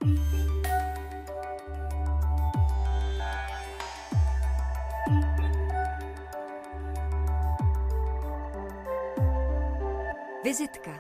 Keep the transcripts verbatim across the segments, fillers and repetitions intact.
Vizitka.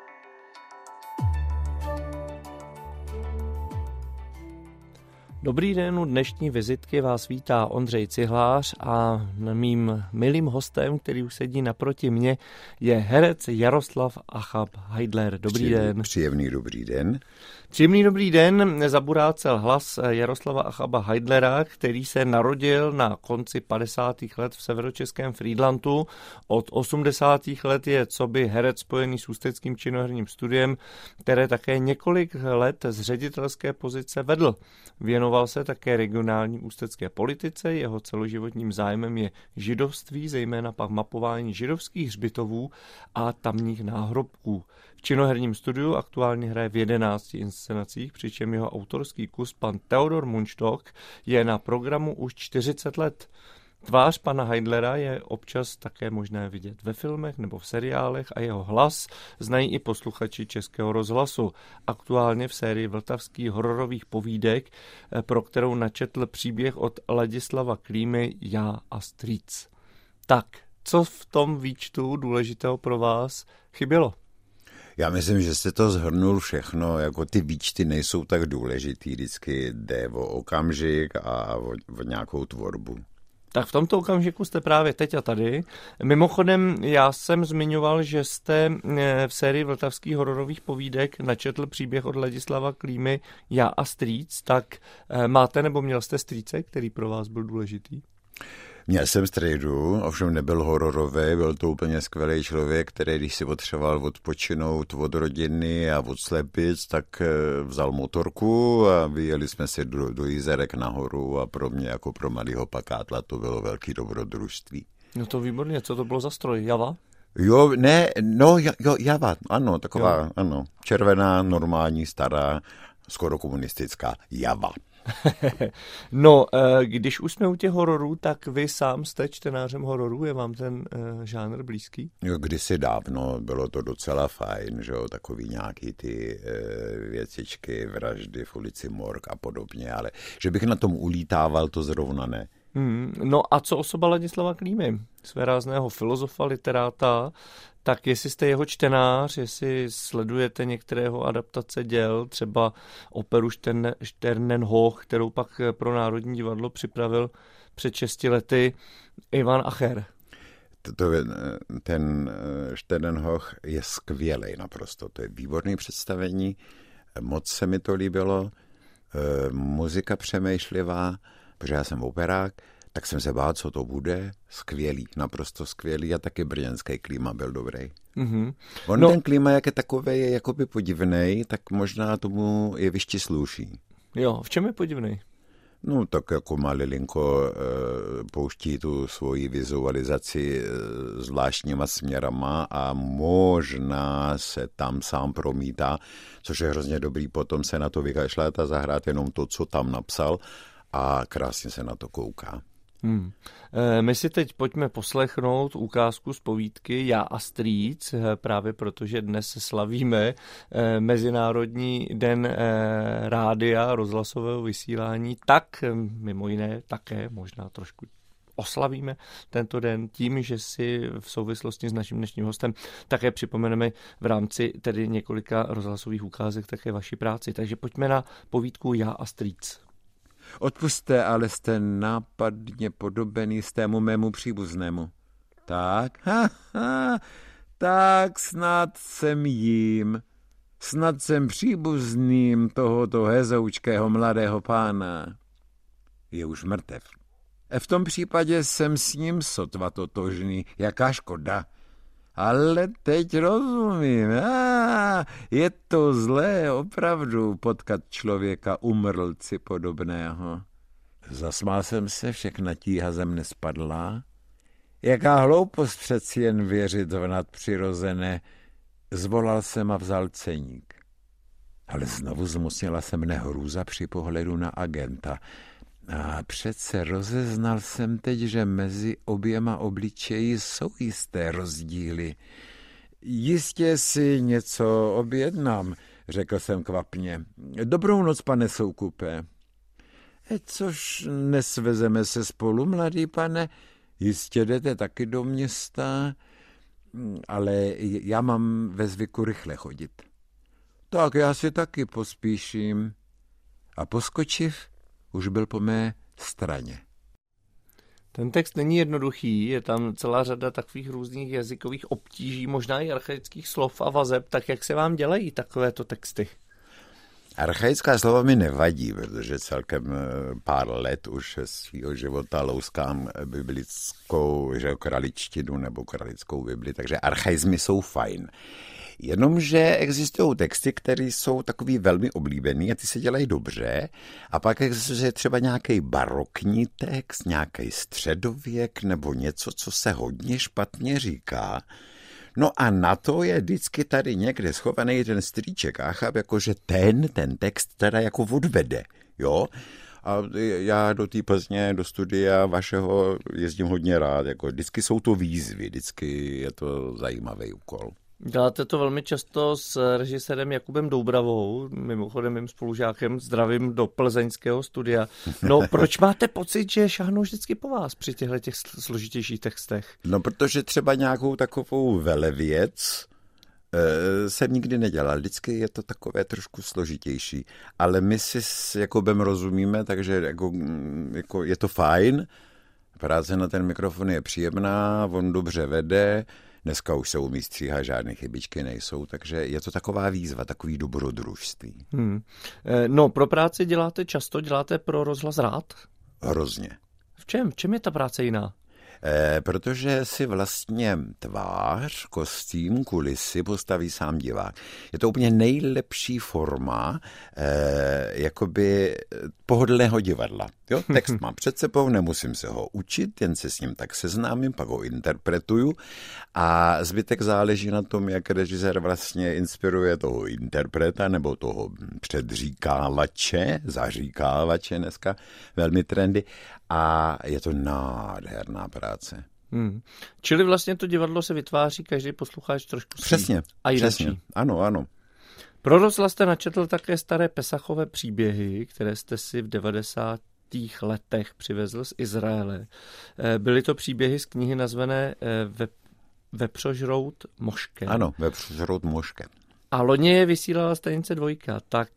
Dobrý den, u dnešní vizitky vás vítá Ondřej Cihlář a mým milým hostem, který už sedí naproti mě, je herec Jaroslav Achab Heidler. Dobrý Příjemný, den. Příjemný dobrý den. Příjemný dobrý den zaburácel hlas Jaroslava Achaba Heidlera, který se narodil na konci padesátých let v severočeském Frýdlantu. Od osmdesátých let je coby herec spojený s Ústeckým činoherním studiem, které také několik let z ředitelské pozice vedl. Věnoval se také regionální ústecké politice, jeho celoživotním zájmem je židovství, zejména pak mapování židovských hřbitovů a tamních náhrobků. V činoherním studiu aktuálně hraje v jedenácti inscenacích, přičem jeho autorský kus pan Theodor Mundstock je na programu už čtyřicet let. Tvář pana Heidlera je občas také možné vidět ve filmech nebo v seriálech a jeho hlas znají i posluchači Českého rozhlasu. Aktuálně v sérii vltavských hororových povídek, pro kterou načetl příběh od Ladislava Klímy Já a strýc. Tak, co v tom výčtu důležitého pro vás chybělo? Já myslím, že jste to shrnul všechno, jako ty výčty nejsou tak důležitý, vždycky jde o okamžik a o, o nějakou tvorbu. Tak v tomto okamžiku jste právě teď a tady. Mimochodem, já jsem zmiňoval, že jste v sérii vltavských hororových povídek načetl příběh od Ladislava Klímy Já a strýc, tak máte nebo měl jste strýce, který pro vás byl důležitý? Měl jsem strejdu, ovšem nebyl hororový, byl to úplně skvělý člověk, který když si potřeboval odpočinout od rodiny a od slepic, tak vzal motorku a vyjeli jsme si do, do Jizerek nahoru a pro mě jako pro malýho pakátla to bylo velký dobrodružství. No to výborně, co to bylo za stroj, Java? Jo, ne, no jo, Java, ano, taková, jo. ano, červená, normální, stará, skoro komunistická Java. No, když už jsme u těch hororů, tak vy sám jste čtenářem hororů, je vám ten uh, žánr blízký? Jo, kdysi dávno bylo to docela fajn, že jo, takový nějaký ty uh, věcičky, vraždy v ulici Morg a podobně, ale že bych na tom ulítával, to zrovna ne. Hmm, no a co osoba Ladislava Klímy, svérázného filozofa, literáta, tak jestli jste jeho čtenář, jestli sledujete některého adaptace děl, třeba operu Sternenhoch, kterou pak pro Národní divadlo připravil před šesti lety Ivan Acher. Ten Sternenhoch je skvělej naprosto, to je výborné představení, moc se mi to líbilo, muzika přemýšlivá, protože já jsem operák, tak jsem se bál, co to bude. Skvělý, naprosto skvělý a taky brněnský Klíma byl dobrý. Mm-hmm. On no, ten Klíma, jak je takovej, je jakoby podivnej, tak možná tomu jevišti sluší. Jo, v čem je podivnej? No tak jako malilinko e, pouští tu svoji vizualizaci e, zvláštníma směrama a možná se tam sám promítá, což je hrozně dobrý, potom se na to vykašlat a zahrát jenom to, co tam napsal a krásně se na to kouká. Hmm. My si teď pojďme poslechnout ukázku z povídky Já a strýc, právě protože dnes slavíme Mezinárodní den rádia, rozhlasového vysílání, tak mimo jiné také možná trošku oslavíme tento den tím, že si v souvislosti s naším dnešním hostem také připomeneme v rámci tedy několika rozhlasových ukázek také vaši práci. Takže pojďme na povídku Já a strýc. Odpusťte, ale jste nápadně podobený z tému mému příbuznému. Tak, ha, ha, tak snad jsem jím. Snad jsem příbuzným tohoto hezoučkého mladého pána. Je už mrtev. V tom případě jsem s ním sotva totožný. Jaká škoda. Ale teď rozumím. Ah, je to zlé opravdu potkat člověka umrlci podobného. Zasmál jsem se, všechna tíha ze mne spadla. Jaká hloupost přeci jen věřit v nadpřirozené. Zvolal jsem a vzal ceník. Ale znovu zmocnila se mne hrůza při pohledu na agenta. A přece rozeznal jsem teď, že mezi oběma obličeji jsou jisté rozdíly. Jistě si něco objednám. řekl jsem kvapně. Dobrou noc, pane Soukupe. E, což nesvezeme se spolu, mladý pane? Jistě jdete taky do města, ale já mám ve zvyku rychle chodit. Tak já si taky pospíším. A poskočiv, už byl po mé straně. Ten text není jednoduchý, je tam celá řada takových různých jazykových obtíží, možná i archaických slov a vazeb, tak jak se vám dělají takovéto texty? Archaická slova mi nevadí, protože celkem pár let už svýho života louskám biblickou, že kraličtinu nebo kralickou bibli, takže archaizmy jsou fajn. Jenomže existují texty, které jsou takový velmi oblíbený a ty se dělají dobře. A pak existuje třeba nějaký barokní text, nějaký středověk nebo něco, co se hodně špatně říká. No a na to je vždycky tady někde schovaný ten strýček Achab, jakože ten, ten text teda jako odvede, jo. A já do té Plzně, do studia vašeho jezdím hodně rád, jako vždycky jsou to výzvy, vždycky je to zajímavý úkol. Děláte to velmi často s režisérem Jakubem Doubravou, mimochodem mým spolužákem, zdravím do plzeňského studia. No proč máte pocit, že šáhnou vždycky po vás při těchto těch složitějších textech? No protože třeba nějakou takovou velevěc e, jsem nikdy nedělal, vždycky je to takové trošku složitější, ale my si s Jakubem rozumíme, takže jako, jako je to fajn, práce na ten mikrofon je příjemná, on dobře vede. Dneska už se umí stříhat, žádné chybičky nejsou, takže je to taková výzva, takový dobrodružství. Hmm. No, pro práci děláte často, děláte pro rozhlas rád? Hrozně. V čem? V čem je ta práce jiná? E, protože si vlastně tvář, kostým, kulisy postaví sám divák. Je to úplně nejlepší forma e, jakoby pohodlného divadla. Jo? Text mám před sebou, nemusím se ho učit, jen se s ním tak seznámím, pak ho interpretuju a zbytek záleží na tom, jak režisér vlastně inspiruje toho interpreta nebo toho předříkávače, zaříkávače dneska, velmi trendy a je to nádherná práce. Hmm. Čili vlastně to divadlo se vytváří každý posluchač trošku svý. Přesně, a přesně, ano, ano. Pro rozhlas jste načetl také staré Pesachové příběhy, které jste si v devadesátých letech přivezl z Izraele. Byly to příběhy z knihy nazvané Ve, Vepřožrout moškem. Ano, Vepřožrout moškem. A loni je vysílala stanice dvojka, tak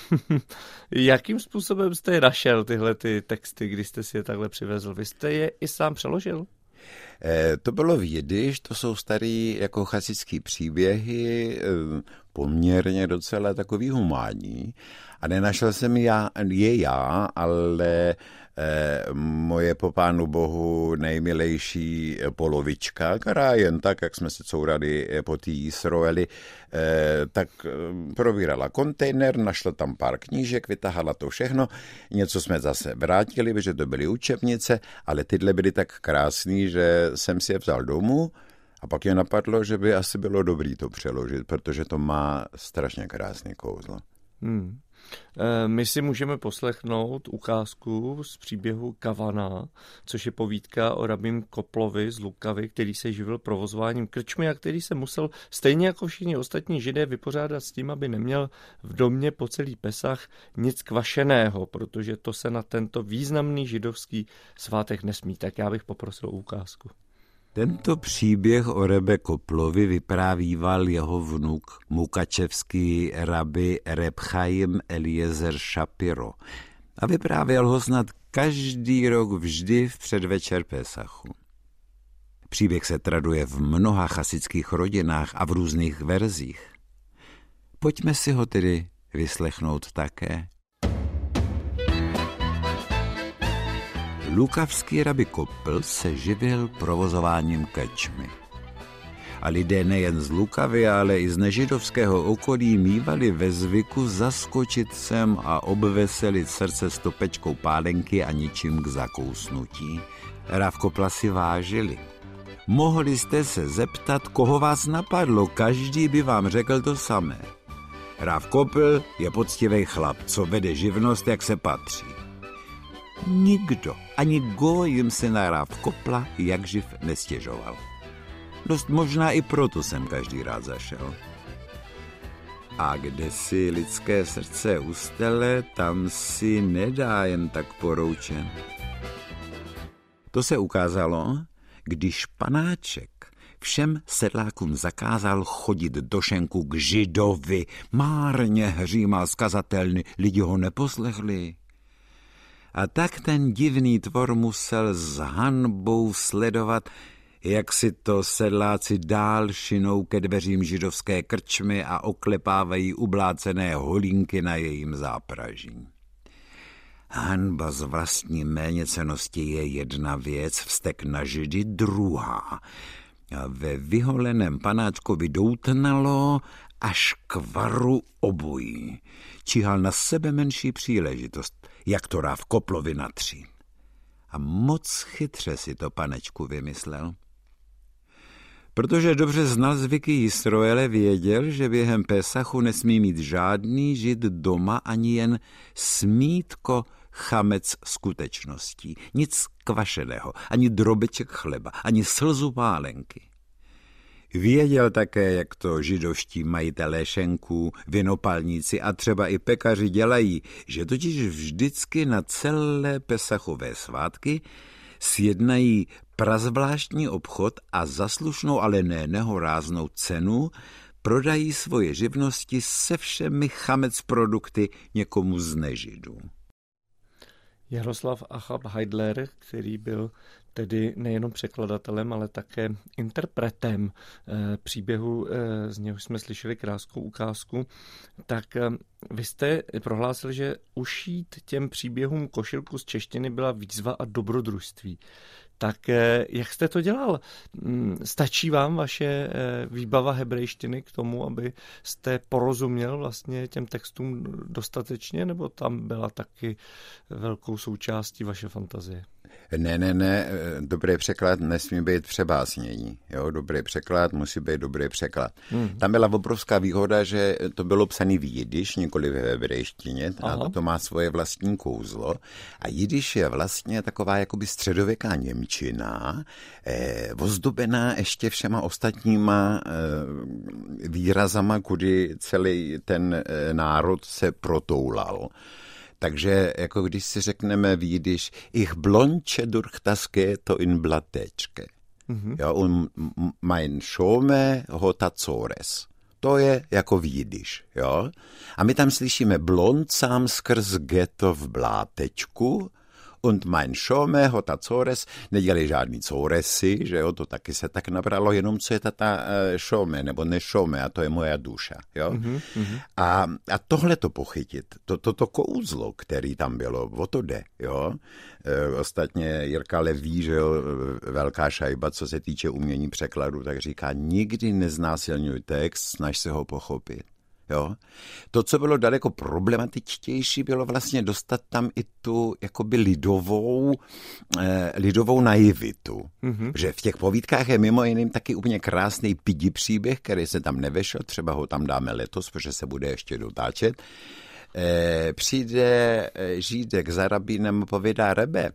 jakým způsobem jste je našel, tyhle ty texty, když jste si je takhle přivezl? Vy jste je i sám přeložil? E, to bylo v jidiš, to jsou starý jako chasický příběhy, e, poměrně docela takový humánní. A nenašel jsem já, je já, ale e, moje po pánu bohu nejmilejší polovička, která jen tak, jak jsme se courali po té Izraeli, e, tak provírala kontejner, našla tam pár knížek, vytahala to všechno, něco jsme zase vrátili, protože to byly učebnice, ale tyhle byly tak krásný, že jsem si je vzal domů a pak je napadlo, že by asi bylo dobrý to přeložit, protože to má strašně krásný kouzlo. Hmm. My si můžeme poslechnout ukázku z příběhu Kavana, což je povídka o rabím Koplovi z Lukavy, který se živil provozováním krčmy a který se musel stejně jako všichni ostatní Židé vypořádat s tím, aby neměl v domě po celý Pesach nic kvašeného, protože to se na tento významný židovský svátek nesmí. Tak já bych poprosil o ukázku. Tento příběh o Rebe Koplovi vyprávíval jeho vnuk, mukačevský rabi Reb Chaim Eliezer Shapiro. A vyprávěl ho snad každý rok vždy v předvečer Pesachu. Příběh se traduje v mnoha chasických rodinách a v různých verzích. Pojďme si ho tedy vyslechnout také. Lukavský rabi Kopl se živil provozováním krčmy. A lidé nejen z Lukavy, ale i z nežidovského okolí mívali ve zvyku zaskočit sem a obveselit srdce stopečkou pálenky a ničím k zakousnutí. Rav Kopla si vážili. Mohli jste se zeptat, koho vás napadlo, každý by vám řekl to samé. Rav Kopl je poctivý chlap, co vede živnost, jak se patří. Nikdo, ani gojim se na Rav Kopla jak živ nestěžoval. Dost možná i proto jsem každý rád zašel. A kde si lidské srdce ustele, tam si nedá jen tak poroučen. To se ukázalo, když panáček všem sedlákům zakázal chodit do šenku k Židovi. Márně hřímal skazatelny, lidi ho neposlechli. A tak ten divný tvor musel s hanbou sledovat, jak si to sedláci dál šinou ke dveřím židovské krčmy a oklepávají ublácené holínky na jejím zápraží. Hanba z vlastní méněcennosti je jedna věc, vztek na Židy druhá. A ve vyholeném panáčkovi doutnalo až k varu obojí. Číhal na sebe menší příležitost, jak to ráv Koplovi na tří. A moc chytře si to panečku vymyslel. Protože dobře znal zvyky Jisroele, věděl, že během Pesachu nesmí mít žádný Žid doma ani jen smítko chamec skutečností. Nic kvašeného, ani drobeček chleba, ani slzu pálenky. Věděl také, jak to židovští majitelé šenků, vinopalníci a třeba i pekaři dělají, že totiž vždycky na celé pesachové svátky sjednají prazvláštní obchod a za slušnou, ale ne nehoráznou cenu prodají svoje živnosti se všemi chamec produkty někomu z nežidů. Jaroslav Achab Heidler, který byl tedy nejenom překladatelem, ale také interpretem e, příběhu, e, z něhož jsme slyšeli krásnou ukázku, tak e, vy jste prohlásil, že ušít těm příběhům košilku z češtiny byla výzva a dobrodružství. Tak e, jak jste to dělal? Stačí vám vaše e, výbava hebrejštiny k tomu, aby jste porozuměl vlastně těm textům dostatečně, nebo tam byla taky velkou součástí vaše fantazie? Ne, ne, ne, dobrý překlad nesmí být přebásnění. Jo, dobrý překlad musí být dobrý překlad. Hmm. Tam byla obrovská výhoda, že to bylo psané v jidiš, nikoli ve hebrejštině, a to má svoje vlastní kouzlo. A jidiš je vlastně taková jakoby středověká němčina, eh, ozdobená ještě všema ostatníma eh, výrazama, kudy celý ten eh, národ se protoulal. Takže jako když si řekneme v jidiš, ich blonče durch das Ghetto in Blatečke. Mm-hmm. Jo, und mein Schome hotazores. To je jako v jidiš, jo. A my tam slyšíme blond sám skrz ghetto v Blátečku und mein Schome hotazores, nedělali žádný couresy, že jo, to taky se tak nabralo, jenom co je tata uh, šome, nebo nešome, a to je moja duša, jo. Mm-hmm. A, a tohle to pochytit, to, to, to kouzlo, který tam bylo, o to jde, jo. E, ostatně Jirka Levý, že jo, velká šajba, co se týče umění překladu, tak říká, nikdy neznásilňuj text, snaž se ho pochopit. Jo? To, co bylo daleko problematičtější, bylo vlastně dostat tam i tu jakoby lidovou, eh, lidovou naivitu. Mm-hmm. Že v těch povídkách je mimo jiným taky úplně krásný pidi příběh, který se tam nevešel, třeba ho tam dáme letos, protože se bude ještě dotáčet. Eh, přijde Žídek za rabínem a povědá, Rebe,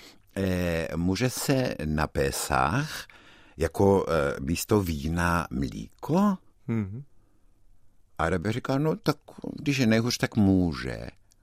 eh, může se na Pesach jako eh, místo vína mlíko? Mm-hmm. A Rebe říká, no tak, když je nejhůř, tak může.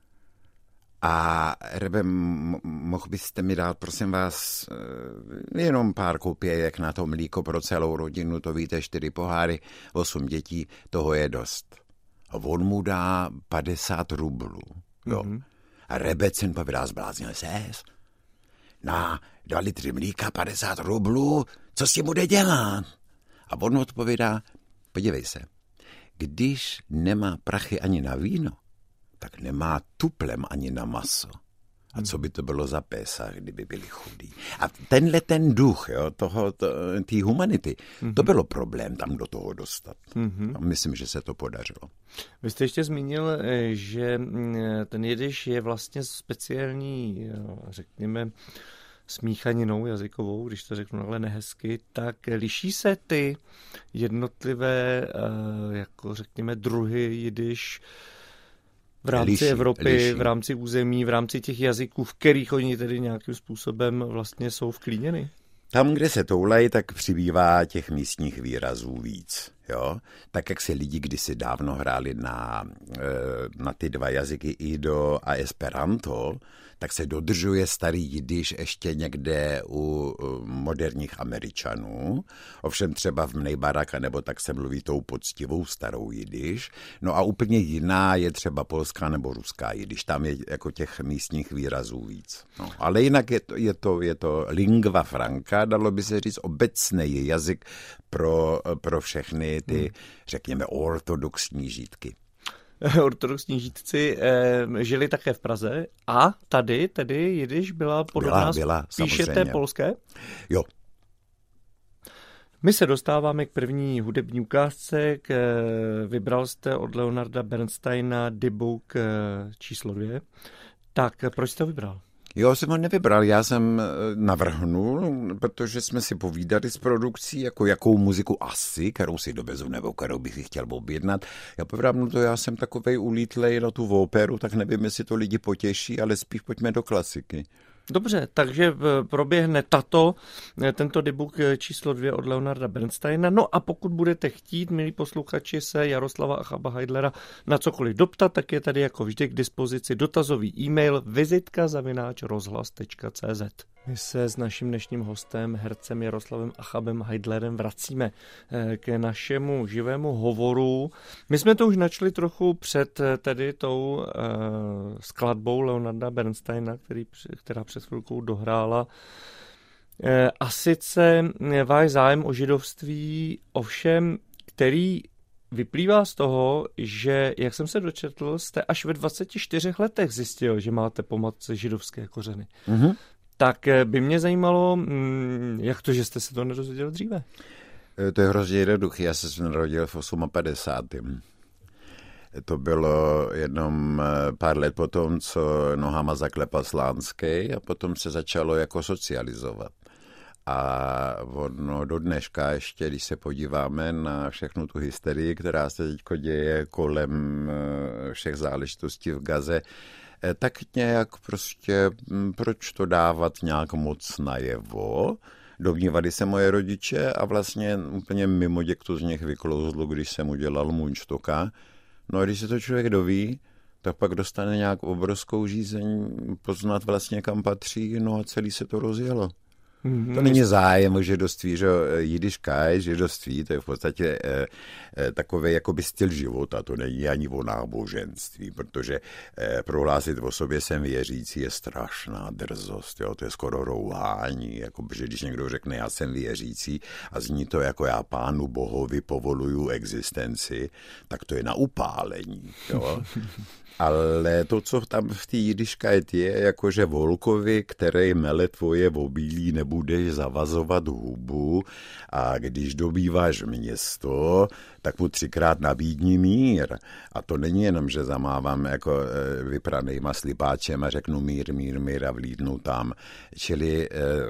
A Rebe, m- mohl byste mi dát, prosím vás, jenom pár kopějek na to mlíko pro celou rodinu, to víte, čtyři poháry, osm dětí, toho je dost. A on mu dá padesát rublů. Jo. Mm-hmm. A Rebe cen povedá, zbláznil ses. Na dva litry mlíka, padesát rublů, co si bude dělat? A on odpovědá, podívej se, když nemá prachy ani na víno, tak nemá tuplem ani na maso. A co by to bylo za Pesach, kdyby byli chudí? A tenhle ten duch, jo, toho, to, té humanity, mm-hmm. to bylo problém tam do toho dostat. Mm-hmm. A myslím, že se to podařilo. Vy jste ještě zmínil, že ten jidiš je vlastně speciální, řekněme, smíchaninou jazykovou, když to řeknu ale nehezky, tak liší se ty jednotlivé, jako řekněme, druhy jidiš v rámci liší, Evropy, liší. V rámci území, v rámci těch jazyků, v kterých oni tedy nějakým způsobem vlastně jsou vklíněny? Tam, kde se toulají, tak přibývá těch místních výrazů víc. Jo? Tak, jak se lidi kdysi dávno hráli na, na ty dva jazyky Ido a Esperanto, tak se dodržuje starý jidiš ještě někde u moderních Američanů. Ovšem třeba v Mnejbaraka nebo tak se mluví tou poctivou starou jidiš. No a úplně jiná je třeba polská nebo ruská jidiš. Tam je jako těch místních výrazů víc. No, ale jinak je to, je, to, je to lingva franca, dalo by se říct obecný jazyk pro, pro všechny ty, hmm. řekněme, ortodoxní žítky. Ortodoxní žítci eh, žili také v Praze a tady tedy jidiš byla podobná, byla, byla, píšete samozřejmě. polské? Jo. My se dostáváme k první hudební ukázce, k, vybral jste od Leonarda Bernsteina Die-Buk číslo dvě. Tak proč jste ho vybral? Jo, jsem ho nevybral, já jsem navrhnul, protože jsme si povídali s produkcí, jako jakou muziku asi, kterou si dovezu nebo kterou bych si chtěl objednat. Já povídám, no to já jsem takovej ulítlej na tu operu, tak nevím, jestli to lidi potěší, ale spíš pojďme do klasiky. Dobře, takže proběhne tato, tento Die-Buk číslo dvě od Leonarda Bernsteina. No a pokud budete chtít, milí posluchači, se Jaroslava a Chaba Heidlera na cokoliv doptat, tak je tady jako vždy k dispozici dotazový e-mail vizitka zavináč rozhlas tečka cé zet. My se s naším dnešním hostem, hercem Jaroslavem Achabem Heidlerem vracíme k našemu živému hovoru. My jsme to už načali trochu před tedy tou uh, skladbou Leonarda Bernsteina, který, která před chvilkou dohrála. Uh, a sice váš zájem o židovství, ovšem, který vyplývá z toho, že, jak jsem se dočetl, jste až ve dvaceti čtyřech letech zjistil, že máte po matce židovské kořeny. Mm-hmm. Tak by mě zajímalo, jak to, že jste se to nedozvěděl dříve? To je hrozně jednoduché. Já jsem se narodil v padesátém osmém To bylo jenom pár let potom, co nohama zaklepal Slánský a potom se začalo jako socializovat. A ono do dneška ještě, když se podíváme na všechnu tu hysterii, která se teď děje kolem všech záležitostí v Gaze, tak nějak prostě, proč to dávat nějak moc najevo? Domnívali se moje rodiče a vlastně úplně mimo děk to z nich vyklouzlo, když jsem udělal Mundstocka. No a když se to člověk doví, tak pak dostane nějak obrovskou žízeň poznat vlastně kam patří, no a celý se to rozjelo. To není zájem o židovství, že jidiška, židovství, to je v podstatě eh, eh, takový jakoby styl života, to není ani o náboženství, protože eh, prohlásit o sobě jsem věřící je strašná drzost, jo, to je skoro rouhání, jako, že když někdo řekne já jsem věřící a zní to jako já pánu bohovi povoluju existenci, tak to je na upálení, jo. Ale to, co tam v té jidiškajt je, jakože volkovi, který mele tvoje obilí, nebudeš zavazovat hubu a když dobýváš město, tak mu třikrát nabídni mír. A to není jenom, že zamávám jako vypranýma slipáčem a řeknu mír, mír, mír a vlídnu tam. Čili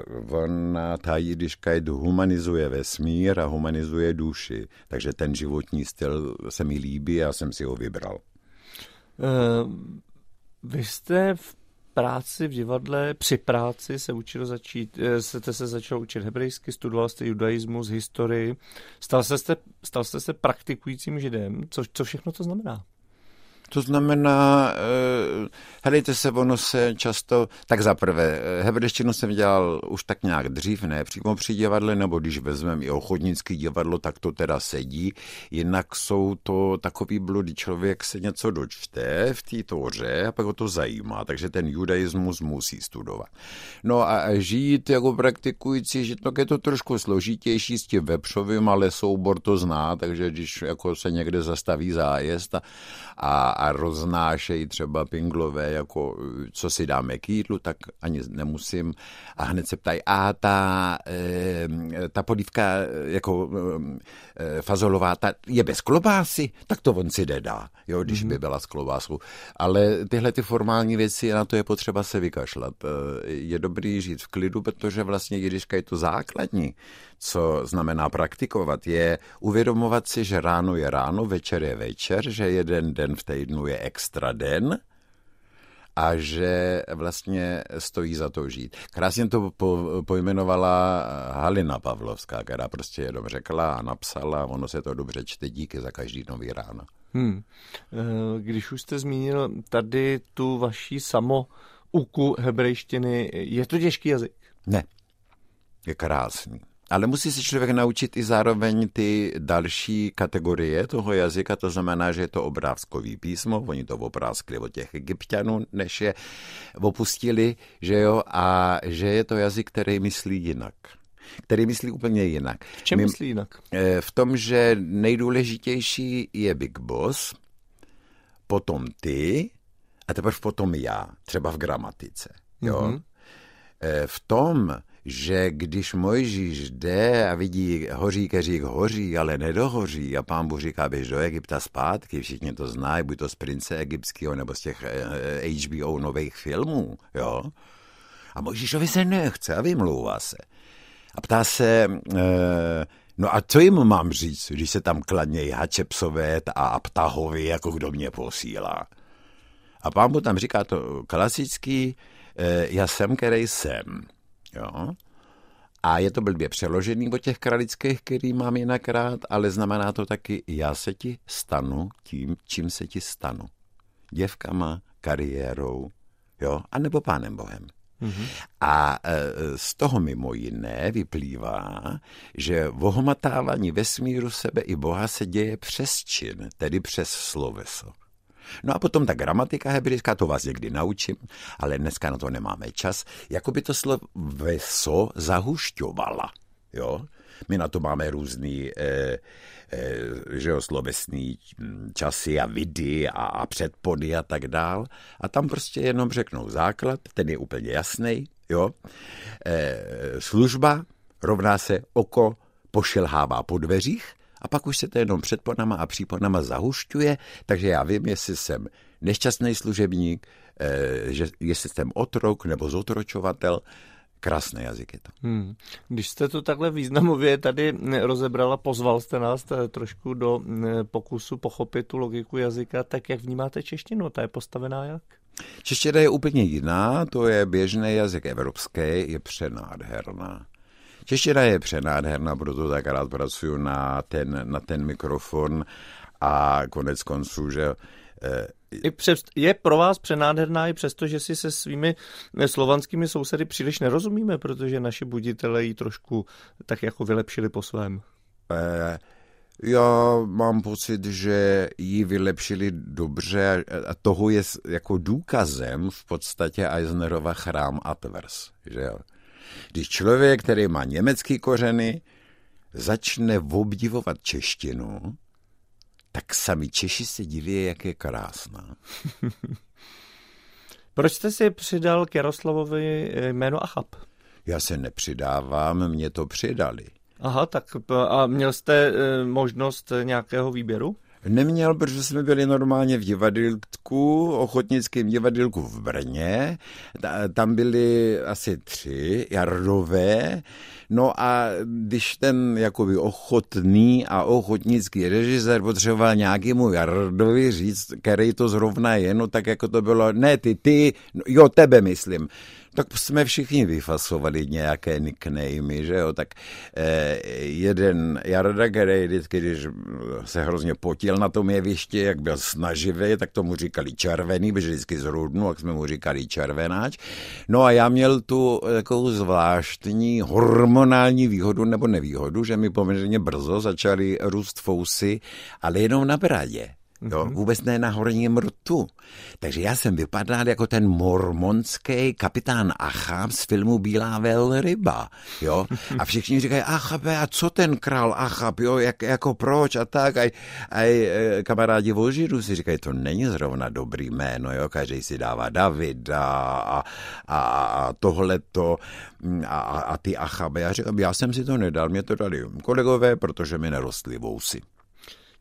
ona, ta jidiškajt humanizuje vesmír a humanizuje duši. Takže ten životní styl se mi líbí a jsem si ho vybral. Uh, vy jste v práci v divadle, při práci se učil začít, jste se začal učit hebrejsky, studoval jste judaismus, historii. Stal jste se, stal jste se praktikujícím židem. Co, co všechno to znamená? To znamená, helejte se, ono se často, tak zaprvé, hebrejštinu jsem dělal už tak nějak dřív, ne přímo při divadle, nebo když vezmeme i ochotnický divadlo, tak to teda sedí, jinak jsou to takový bludi, člověk se něco dočte v té tóře a pak ho to zajímá, takže ten judaismus musí studovat. No a žít jako praktikující, že to je to trošku složitější s tím vepřovým, ale soubor to zná, takže když jako se někde zastaví zájezd a, a a roznášejí třeba pinglové, jako co si dáme k jídlu, tak ani nemusím. A hned se ptají, a ta, e, ta polívka jako e, fazolová, ta je bez klobásy, tak to on si nedá, jo, když mm-hmm. by byla s klobásou. Ale tyhle ty formální věci, na to je potřeba se vykašlat. Je dobrý žít v klidu, protože vlastně jidiška je to základní, co znamená praktikovat, je uvědomovat si, že ráno je ráno, večer je večer, že jeden den v týdnu je extra den a že vlastně stojí za to žít. Krásně to po, pojmenovala Halina Pavlovská, která prostě jenom řekla a napsala, ono se to dobře čte, díky za každý nový ráno. Hmm. Když už jste zmínil tady tu vaší samouku hebrejštiny, je to těžký jazyk? Ne, je krásný. Ale musí se člověk naučit i zároveň ty další kategorie toho jazyka, to znamená, že je to obrázkový písmo, oni to obrázkli od těch Egypťanů, než je opustili, že jo, a že je to jazyk, který myslí jinak. Který myslí úplně jinak. V čem My, myslí jinak? V tom, že nejdůležitější je Big Boss, potom ty a teprve potom já, třeba v gramatice. Jo? Mm-hmm. V tom, že když Mojžíš jde a vidí hoří keřík hoří, ale nedohoří a pán Bůh říká, běž do Egypta zpátky, všichni to znají, buď to z Prince egyptského nebo z těch H B O nových filmů, jo. A Mojžíšovi se nechce a vymlouvá se. A ptá se, e, no a co jim mám říct, když se tam kladnějí Hačepsové a Aptahovi, jako kdo mě posílá. A pán Bůh tam říká to klasický, e, já jsem, který jsem. Jo? A je to blbě přeložený od těch kralických, který mám jinak rád, ale znamená to taky, já se ti stanu tím, čím se ti stanu. Děvkama, kariérou, jo, a nebo pánem Bohem. Mm-hmm. A e, z toho mimo jiné vyplývá, že vohmatávání vesmíru sebe i Boha se děje přes čin, tedy přes sloveso. No a potom ta gramatika hebrejská, to vás někdy naučím, ale dneska na to nemáme čas, jako by to sloveso zahušťovala, jo. My na to máme různý eh, eh, že jo, slovesný časy a vidy a, a předpody a tak dál. A tam prostě jenom řeknou základ, ten je úplně jasný, jo. Eh, služba rovná se oko pošilhává po dveřích, a pak už se to jenom předponama a příponama zahušťuje, takže já vím, jestli jsem nešťastný služebník, eh, že jestli jsem otrok nebo zotročovatel. Krásný jazyk je to. Hmm. Když jste to takhle významově tady rozebrala, pozval jste nás trošku do pokusu pochopit tu logiku jazyka, tak jak vnímáte češtinu? Ta je postavená jak? Čeština je úplně jiná, to je běžný jazyk evropský, je přenádherná. Čeština je přenádherná, proto tak rád pracuji na ten, na ten mikrofon a konec konců, že... Eh, I přes, je pro vás přenádherná i přesto, že si se svými slovanskými sousedy příliš nerozumíme, protože naši buditelé ji trošku tak jako vylepšili po svém. Eh, já mám pocit, že ji vylepšili dobře a toho je jako důkazem v podstatě Eisnerova Chrám a Tvers, že jo. Když člověk, který má německý kořeny, začne obdivovat češtinu, tak sami Češi se diví, jak je krásná. Proč jste si přidal k Jaroslavovi jméno Achab? Já se nepřidávám, mě to přidali. Aha, tak a měl jste možnost nějakého výběru? Neměl, protože jsme byli normálně v divadýlku, ochotnickém divadýlku v Brně. Tam byli asi tři Jardové. No a když ten jakoby ochotný a ochotnický režisér potřeboval nějakému Jardovi říct, který to zrovna je, no tak jako to bylo, ne ty, ty, no, jo, tebe myslím. Tak jsme všichni vyfasovali nějaké nicknamy, že jo, tak eh, jeden Jarda, který vždycky, když se hrozně potil na tom jevišti, jak byl snaživý, tak tomu říkali červený, protože vždycky zrudnu, jak jsme mu říkali červenáč. No a já měl tu takovou zvláštní hormonální výhodu nebo nevýhodu, že mi poměrně brzo začaly růst fousy, ale jenom na bradě. Jo, vůbec ne na horním rtu. Takže já jsem vypadal jako ten mormonský kapitán Achab z filmu Bílá velryba. Jo? A všichni říkají, Achabe, a co ten král Achab, jo? Jak, jako proč a tak. A, a kamarádi vožíru si říkají, to není zrovna dobrý jméno, jo? Každý si dává Davida a, a, a tohleto a, a ty Achabe. Já říkám, já jsem si to nedal, mě to dali kolegové, protože mi nerostly vousy.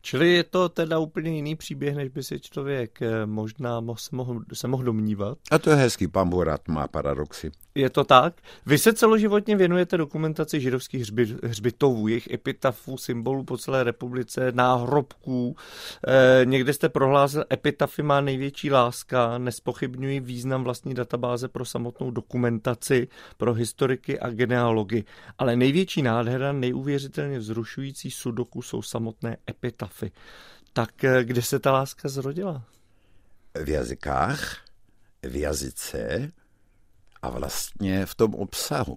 Čili je to teda úplně jiný příběh, než by si člověk možná se mohl, se mohl domnívat. A to je hezký, Pán Bůh rád má paradoxy. Je to tak? Vy se celoživotně věnujete dokumentaci židovských hřbi, hřbitovů, jejich epitafů, symbolů po celé republice, náhrobků. E, někde jste prohlásil, epitafy má největší láska, nespochybňují význam vlastní databáze pro samotnou dokumentaci, pro historiky a genealogy. Ale největší nádhera, nejuvěřitelně vzrušující sudoku jsou samotné epitafy. Tak kde se ta láska zrodila? V jazykách, v jazyce a vlastně v tom obsahu.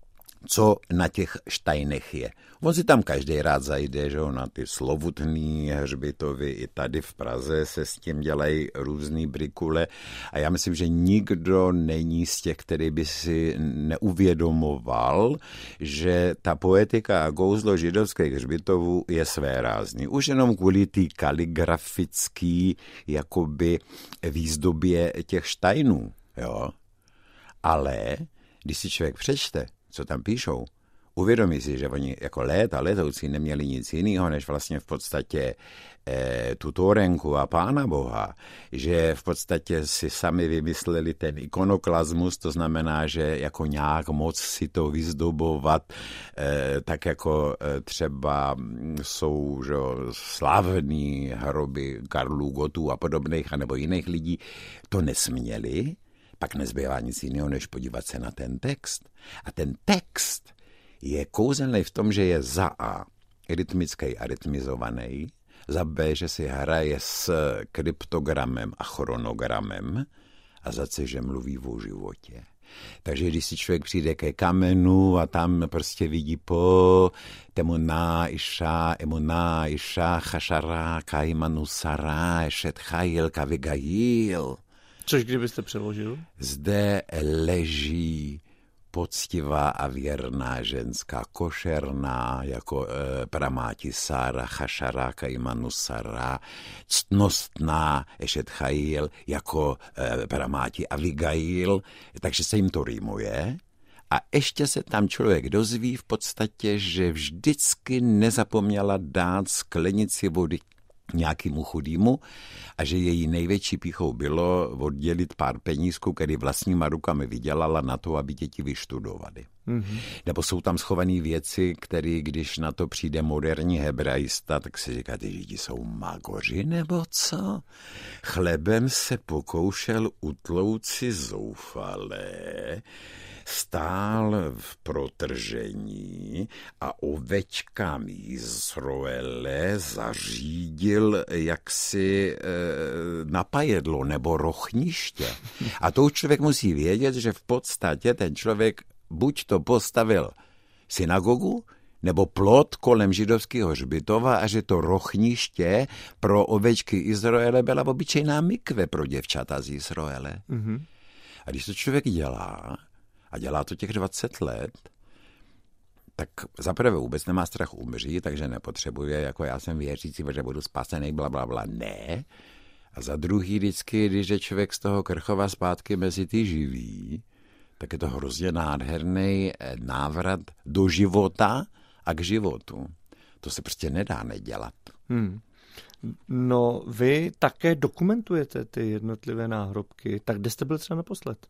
Co na těch štajnech je. On si tam každý rád zajde, že na ty slovutný hřbitovy, i tady v Praze se s tím dělají různý brikule a já myslím, že nikdo není z těch, který by si neuvědomoval, že ta poetika a kouzlo židovských hřbitovů je svérázný. Už jenom kvůli té kaligrafické jakoby výzdobě těch štajnů, jo. Ale když si člověk přečte, co tam píšou, uvědomí si, že oni jako léta letoucí neměli nic jiného, než vlastně v podstatě e, tu Tórenku a Pána Boha, že v podstatě si sami vymysleli ten ikonoklasmus, to znamená, že jako nějak moc si to vyzdobovat, e, tak jako e, třeba jsou že, slavní hroby Karlů, Gotů a podobných, anebo jiných lidí, to nesměli. Pak nezbývá nic jiného, než podívat se na ten text. A ten text je kouzelný v tom, že je za A rytmický a rytmizovaný, za B, že si hraje s kryptogramem a chronogramem a za C, že mluví o životě. Takže když si člověk přijde ke kamenu a tam prostě vidí po temuná iša, emuná iša, chašara, kaimanu sara, ešet chajil, kavigajil. Což kdybyste přeložil? Zde leží poctivá a věrná ženská, košerná, jako e, pramáti Sára, chašara, kaimanu Sara, ctnostná, ešet chajil, jako e, pramáti Avigail, takže se jim to rýmuje. A ještě se tam člověk dozví v podstatě, že vždycky nezapomněla dát sklenici vody nějakému chudýmu a že její největší pýchou bylo oddělit pár penízků, který vlastníma rukami vydělala na to, aby děti vyštudovali. Mm-hmm. Nebo jsou tam schované věci, které, když na to přijde moderní hebraista, tak si říká, ty Židi jsou magoři nebo co? Chlebem se pokoušel utlouci zoufalé, stál v protržení a ovečkám Izraele zařídil jaksi e, napajedlo nebo rochniště. A to už člověk musí vědět, že v podstatě ten člověk buď to postavil synagogu, nebo plot kolem židovského hřbitova a že to rochniště pro ovečky Izraele byla obyčejná mikve pro děvčata z Izraele. Mm-hmm. A když to člověk dělá, a dělá to těch dvacet let, tak zaprvé vůbec nemá strach umřít, takže nepotřebuje, jako já jsem věřící, že budu spasený, blablabla, bla, bla. Ne. A za druhý vždycky, když je člověk z toho Krchova zpátky mezi ty živí, tak je to hrozně nádherný návrat do života a k životu. To se prostě nedá nedělat. Hmm. No, vy také dokumentujete ty jednotlivé náhrobky. Tak kde jste byl třeba naposled?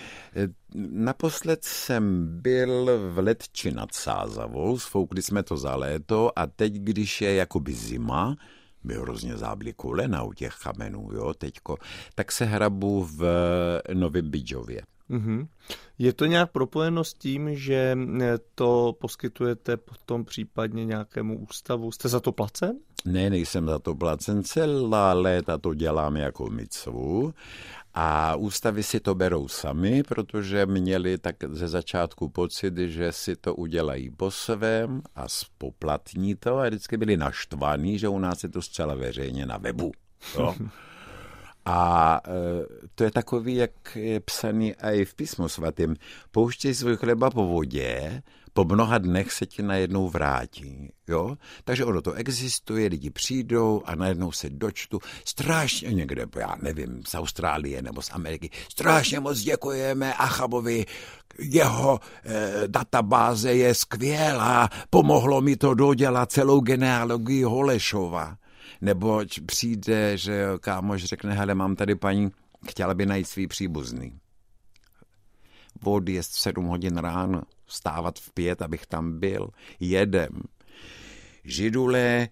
Naposled jsem byl v Letči nad Sázavou, sfoukli jsme to za léto a teď, když je jakoby zima, by hrozně záblí kolena u těch kamenů, jo, teďko, tak se hrabu v Novém Bydžově. Mm-hmm. Je to nějak propojeno s tím, že to poskytujete potom případně nějakému ústavu? Jste za to placen? Ne, nejsem za to placen, celá léta to dělám jako micvu a ústavy si to berou sami, protože měli tak ze začátku pocit, že si to udělají po svém a spoplatní to a vždycky byli naštvaní, že u nás je to zcela veřejně na webu. Jo? A e, to je takový, jak je psaný i v písmu svatém. Pouštěj svůj chleba po vodě, po mnoha dnech se ti najednou vrátí. Jo? Takže ono to existuje, lidi přijdou a najednou se dočtu strašně někde, já nevím, z Austrálie nebo z Ameriky, strašně moc děkujeme Achabovi, jeho e, databáze je skvělá, pomohlo mi to dodělat celou genealogii Holešova. Nebo přijde, že kámoš řekne, hele, mám tady paní, chtěla by najít svý příbuzný. Odjezd v sedm hodin ráno, vstávat v pět, abych tam byl. Jedem. Židule,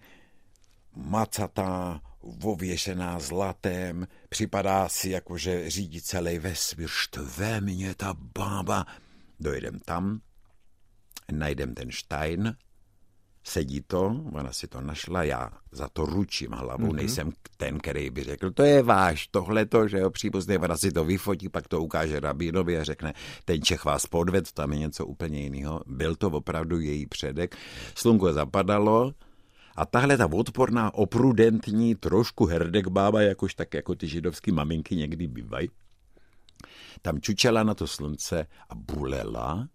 macatá, ověšená zlatem, připadá si jako, že řídí celý vesmír, štve mě ta bába. Dojedem tam, najdem ten štajn, sedí to, ona si to našla, já za to ručím hlavou, mm-hmm. nejsem ten, který by řekl, to je váš, tohleto, že jo, příbuzný, ona si to vyfotí, pak to ukáže rabínovi a řekne, ten Čech vás podvedl, tam je něco úplně jiného. Byl to opravdu její předek. Slunko zapadalo a tahle ta odporná, oprudentní, trošku herdek bába, jakož tak jako ty židovský maminky někdy bývají, tam čučela na to slunce a bulela.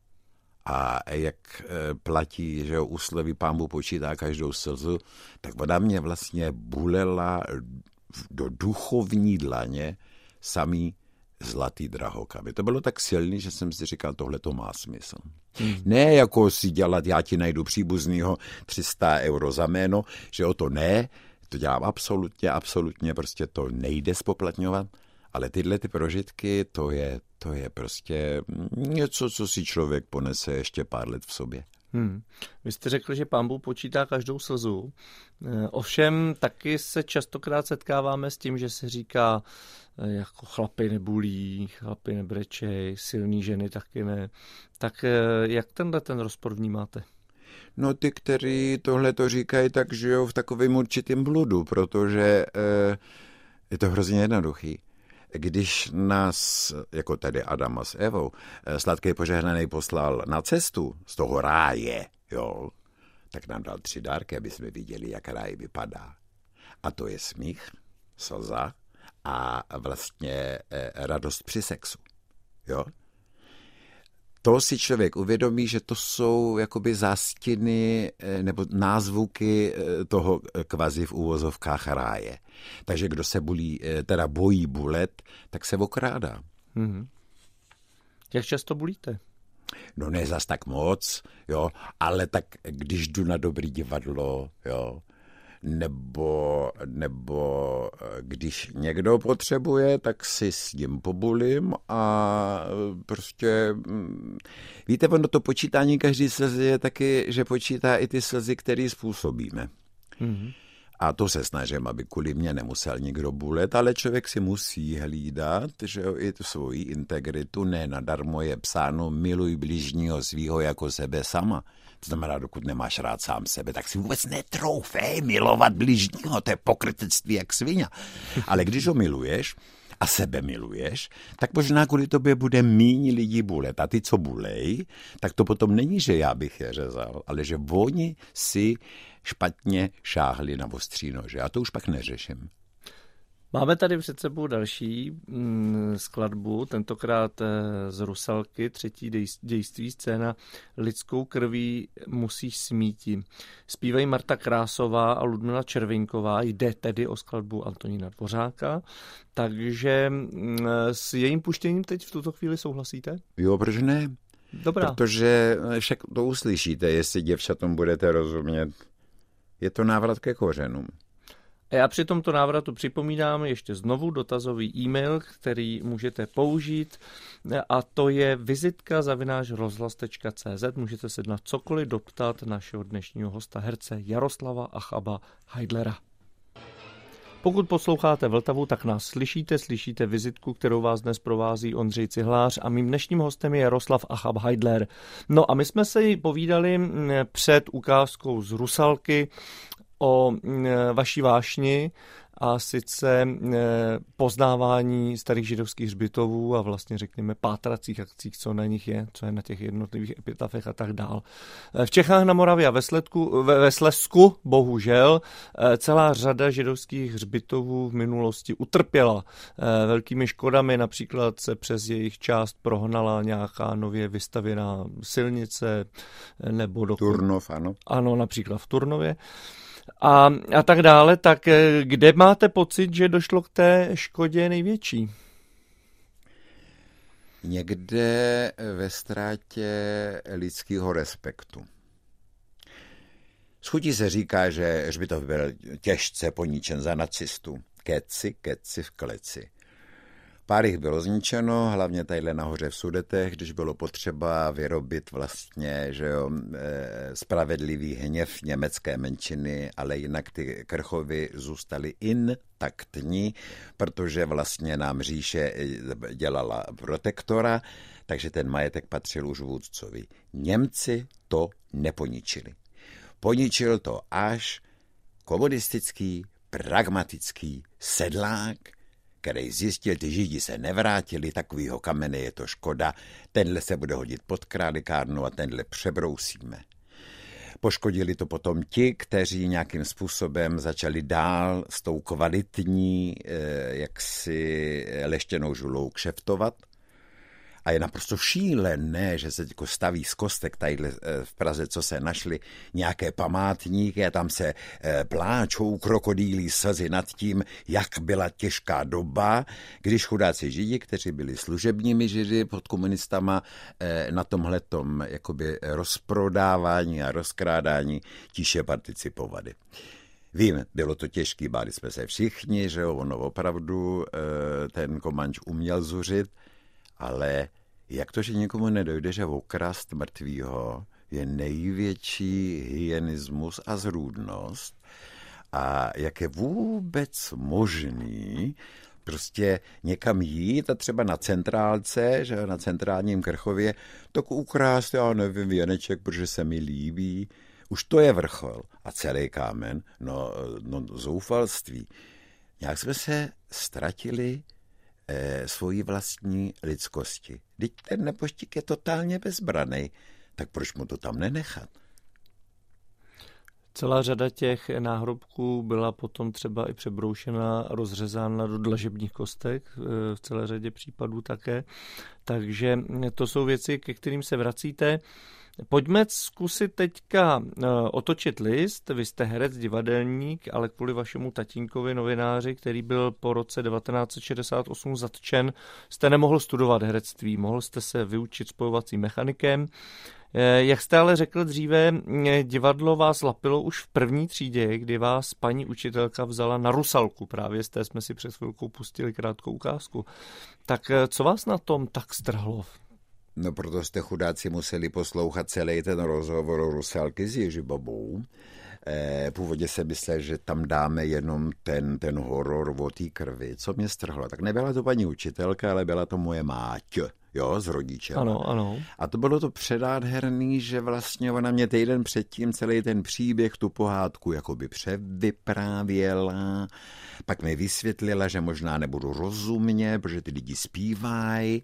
A jak platí, že u slovy Pán Bůh počítá každou slzu, tak ona mě vlastně bulela do duchovní dlaně samý zlatý drahokamy. To bylo tak silný, že jsem si říkal, tohle to má smysl. Hmm. Ne jako si dělat, já ti najdu příbuznýho tři sta euro za jméno, že o to ne, to dělám absolutně, absolutně, prostě to nejde spoplatňovat, ale tyhle ty prožitky, to je, to je prostě něco, co si člověk ponese ještě pár let v sobě. Hmm. Vy jste řekl, že Pán Bůh počítá každou slzu. Ovšem taky se častokrát setkáváme s tím, že se říká, jako chlapy nebulí, chlapy nebrečej, silný ženy taky ne. Tak jak tenhle ten rozpor vnímáte? No ty, kteří tohle to říkají, tak žijou v takovém určitém bludu, protože eh, je to hrozně jednoduchý. Když nás, jako tady Adama s Evou, sladký požehnaný poslal na cestu z toho ráje, jo, tak nám dal tři dárky, aby jsme viděli, jak ráj vypadá. A to je smích, slza a vlastně eh, radost při sexu, jo. To si člověk uvědomí, že to jsou jakoby zástiny nebo názvuky toho kvazi v úvozovkách ráje. Takže kdo se bulí, teda bojí bulet, tak se okrádá. Mm-hmm. Jak často bulíte? No ne zas tak moc, jo, ale tak když jdu na dobrý divadlo, jo, nebo, nebo když někdo potřebuje, tak si s ním pobulím a prostě, víte, ono to počítání každý slzy je taky, že počítá i ty slzy, které způsobíme. Mm-hmm. A to se snažím, aby kvůli mě nemusel nikdo bulet, ale člověk si musí hlídat, že i tu svoji integritu, ne nadarmo je psáno miluj bližního svýho jako sebe sama. To znamená, dokud nemáš rád sám sebe, tak si vůbec netroufej milovat bližního, to je pokrytectví jak svině. Ale když ho miluješ a sebe miluješ, tak možná kvůli tobě bude míň lidí bulet. A ty, co bulej, tak to potom není, že já bych je řezal, ale že oni si špatně šáhli na ostří nože. A to už pak neřeším. Máme tady před sebou další mm, skladbu, tentokrát e, z Rusalky, třetí dej, dějství, scéna Lidskou krví musíš smíti. Zpívají Marta Krásová a Ludmila Červinková, jde tedy o skladbu Antonína Dvořáka, takže mm, s jejím puštěním teď v tuto chvíli souhlasíte? Jo, proč ne? Dobrá. Protože však to uslyšíte, jestli děvčatům budete rozumět. Je to návrat ke kořenům. A já při tomto návratu připomínám ještě znovu dotazový e-mail, který můžete použít, a to je vizitka zavináč rozhlas tečka cé zet. Můžete se na cokoliv doptat našeho dnešního hosta, herce Jaroslava Achaba Heidlera. Pokud posloucháte Vltavu, tak nás slyšíte, slyšíte vizitku, kterou vás dnes provází Ondřej Cihlář a mým dnešním hostem je Jaroslav Achab Heidler. No a my jsme se jí povídali před ukázkou z Rusalky o vaší vášni, a sice poznávání starých židovských hřbitovů a vlastně řekněme pátracích akcích, co na nich je, co je na těch jednotlivých epitafech a tak dál. V Čechách, na Moravě a ve, Sledku, ve Slezsku bohužel celá řada židovských hřbitovů v minulosti utrpěla velkými škodami, například se přes jejich část prohnala nějaká nově vystavěná silnice nebo do Turnov, ano. Ano, například v Turnově. A, a tak dále, tak kde máte pocit, že došlo k té škodě největší? Někde ve ztrátě lidského respektu. Z chutí se říká, že hřbitov byl těžce poničen za nacistů. Keci, keci v kleci. Pár jich bylo zničeno, hlavně tadyhle nahoře v Sudetech, když bylo potřeba vyrobit vlastně, že jo, spravedlivý hněv německé menšiny, ale jinak ty Krchovy zůstaly intaktní, protože vlastně nám říše dělala protektora, takže ten majetek patřil už vůdcovi. Němci to neponičili. Poničil to až komunistický, pragmatický sedlák, který zjistil, ty Židi se nevrátili, takovýho kamene je to škoda, tenhle se bude hodit pod králikárnu a tenhle přebrousíme. Poškodili to potom ti, kteří nějakým způsobem začali dál s tou kvalitní jaksi leštěnou žulou kšeftovat. A je naprosto šílené, že se jako staví z kostek tadyhle v Praze, co se našly nějaké památníky a tam se pláčou krokodýlí slzy nad tím, jak byla těžká doba, když chudáci Židi, kteří byli služebními Židy pod komunistama, na tomhletom jakoby rozprodávání a rozkrádání tiše participovali. Vím, bylo to těžký, báli jsme se všichni, že jo, ono opravdu ten Komanč uměl zuřit, ale jak to, že někomu nedojde, že okrast mrtvýho je největší hyenismus a zrůdnost a jak je vůbec možný prostě někam jít a třeba na centrálce, že na centrálním Krchově, tak ukrást, já nevím, věneček, protože se mi líbí. Už to je vrchol. A celý kámen, no, no zoufalství. Nějak jsme se ztratili eh, svojí vlastní lidskosti. Vždyť ten nebožtík je totálně bezbranej, tak proč mu to tam nenechat? Celá řada těch náhrobků byla potom třeba i přebroušena, rozřezána do dlažebních kostek, v celé řadě případů také. Takže to jsou věci, ke kterým se vracíte. Pojďme zkusit teďka otočit list. Vy jste herec, divadelník, ale kvůli vašemu tatínkovi, novináři, který byl po roce devatenáct set šedesát osm zatčen, jste nemohl studovat herectví. Mohl jste se vyučit spojovacím mechanikem. Jak jste ale řekl dříve, divadlo vás lapilo už v první třídě, kdy vás paní učitelka vzala na Rusalku. Právě z té jsme si před chvilkou pustili krátkou ukázku. Tak co vás na tom tak strhlo? No proto jste chudáci museli poslouchat celý ten rozhovor o Rusalky s Ježibabou. Původně se myslel, že tam dáme jenom ten, ten horor o té krvi. Co mě strhlo? Tak nebyla to paní učitelka, ale byla to moje máť. Jo, s rodičem. Ano, ano. A to bylo to předádherný, že vlastně ona mě týden předtím celý ten příběh, tu pohádku jakoby převyprávěla, pak mi vysvětlila, že možná nebudu rozumět, protože ty lidi zpívají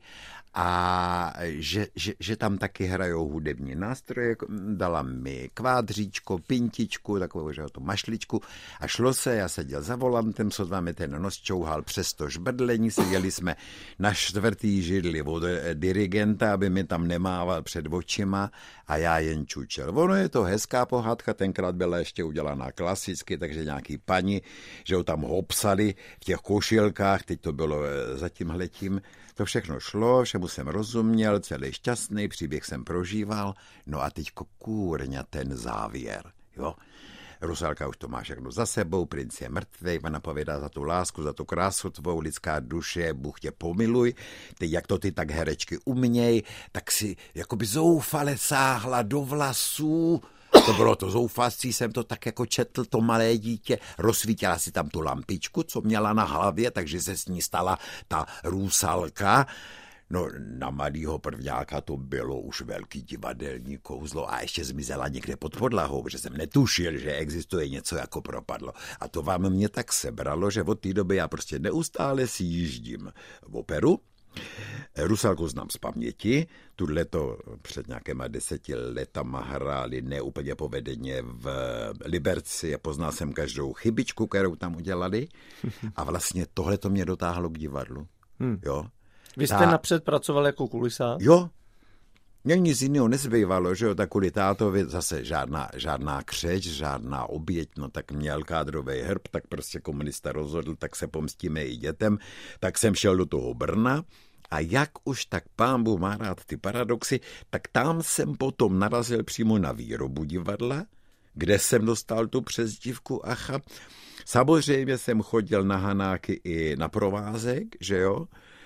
a že, že, že tam taky hrajou hudební nástroje, dala mi kvádříčko, pintičku, takovou, že to mašličku a šlo se, já seděl za volantem, sotva mi ten nos čouhal přes to žbrdlení, seděli jsme na čtvrtý židli od dirigenta, aby mi tam nemával před očima a já jen čučel. Ono je to hezká pohádka, tenkrát byla ještě udělaná klasicky, takže nějaký paní, že ho tam hopsali v těch košilkách, teď to bylo za tímhletím. To všechno šlo, všemu jsem rozuměl, celý šťastný, příběh jsem prožíval, no a teďko kůrňa ten závěr, jo. Rusalka už to má všechno za sebou, princ je mrtvej, ona povědá za tu lásku, za tu krásu tvou, lidská duše, Bůh tě pomiluj, teď jak to ty tak herečky uměj, tak si jakoby zoufale sáhla do vlasů. To bylo to zoufalství, jsem to tak jako četl, to malé dítě, rozsvítila si tam tu lampičku, co měla na hlavě, takže se s ní stala ta Rusalka. No na malýho prvňáka to bylo už velký divadelní kouzlo a ještě zmizela někde pod podlahou, protože jsem netušil, že existuje něco jako propadlo. A to vám mě tak sebralo, že od té doby já prostě neustále si jíždím v operu. Rusalku znám z paměti, tudleto před nějakýma deseti letama hráli neúplně povedeně v Liberci a poznal jsem každou chybičku, kterou tam udělali a vlastně tohle to mě dotáhlo k divadlu. Hmm. Jo. Vy jste Ta... napřed pracoval jako kulisář? Jo. Mně nic jiného nezbývalo, že jo, tak kvůli tátovi zase žádná, žádná křeč, žádná oběť, no tak měl kádrový herb, tak prostě komunista rozhodl, tak se pomstíme i dětem, tak jsem šel do toho Brna a jak už tak pán Bůh má rád ty paradoxy, tak tam jsem potom narazil přímo na výrobu divadla, kde jsem dostal tu přezdívku Acha. Samozřejmě jsem chodil na Hanáky i na provázek, že jo,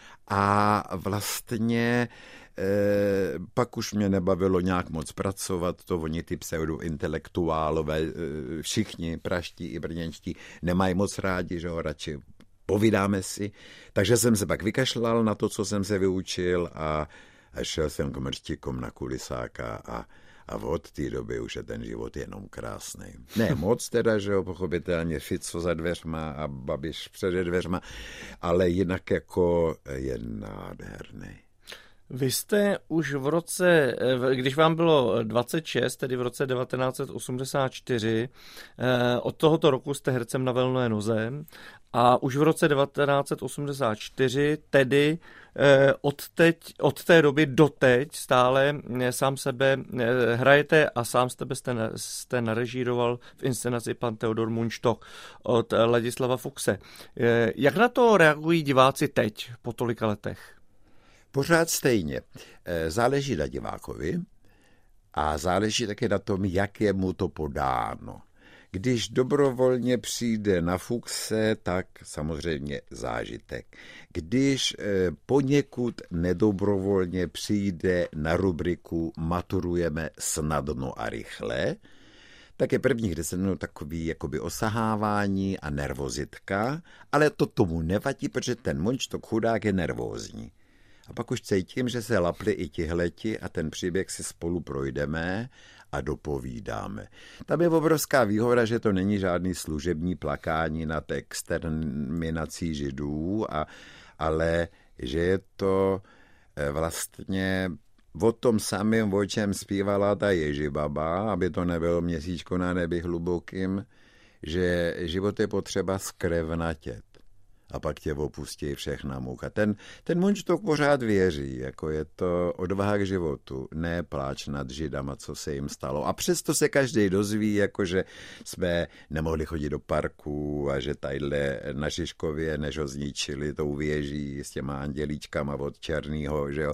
a vlastně E, pak už mě nebavilo nějak moc pracovat, to oni ty pseudointelektuálové, e, všichni praští i brněnští nemají moc rádi, že ho radši povídáme si. Takže jsem se pak vykašlal na to, co jsem se vyučil a, a šel jsem k mrštíkům na kulisáka a, a od té doby už je ten život jenom krásný. Ne moc teda, že jo, pochopitelně Fico za dveřma a Babiš před dveřma, ale jinak jako je nádherný. Vy jste už v roce, když vám bylo dvacet šest, tedy v roce devatenáct set osmdesát čtyři, od tohoto roku jste hercem na volné noze a už v roce devatenáct set osmdesát čtyři, tedy od, teď, od té doby doteď stále sám sebe hrajete a sám sebe jste, jste narežíroval v inscenaci Pan Teodor Mundstock od Ladislava Fuchse. Jak na to reagují diváci teď, po tolika letech? Pořád stejně. Záleží na divákovi a záleží také na tom, jak je mu to podáno. Když dobrovolně přijde na Fuchse, tak samozřejmě zážitek. Když poněkud nedobrovolně přijde na rubriku Maturujeme snadno a rychle, tak je prvních deset minut takový jakoby osahávání a nervozitka, ale to tomu nevadí, protože ten Mundstock chudák je nervózní. A pak už cítím, že se lapli i tihleti a ten příběh si spolu projdeme a dopovídáme. Tam je obrovská výhoda, že to není žádný služební plakání nad exterminací Židů, a, ale že je to vlastně o tom samém, o čem zpívala ta Ježibaba, aby to nebylo Měsíčko na nebi hlubokým, že život je potřeba skrevnatět. A pak tě opustí všechna mucha. Ten, ten Mundstock pořád věří, jako je to odvaha k životu, ne pláč nad Židama, co se jim stalo. A přesto se každý dozví, jako že jsme nemohli chodit do parku a že tadyhle na Žižkově, než ho zničili tou věží s těma andělíčkama od Černýho, že, jo,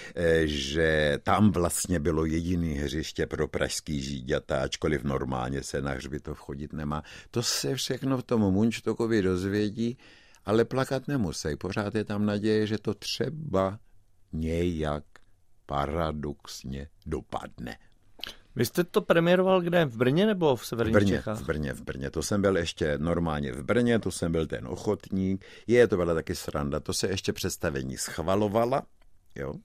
že tam vlastně bylo jediný hřiště pro pražský Žiďata, ačkoliv normálně se na hřbitov chodit nemá. To se všechno v tom Mundstockovi dozvědí, ale plakat nemusí. Pořád je tam naděje, že to třeba nějak paradoxně dopadne. Vy jste to premiéroval kde? V Brně nebo v severních v Brně, Čechách? V Brně, v Brně. To jsem byl ještě normálně v Brně, to jsem byl ten ochotník. Je, to byla taky sranda. To se ještě představení schvalovala, jo.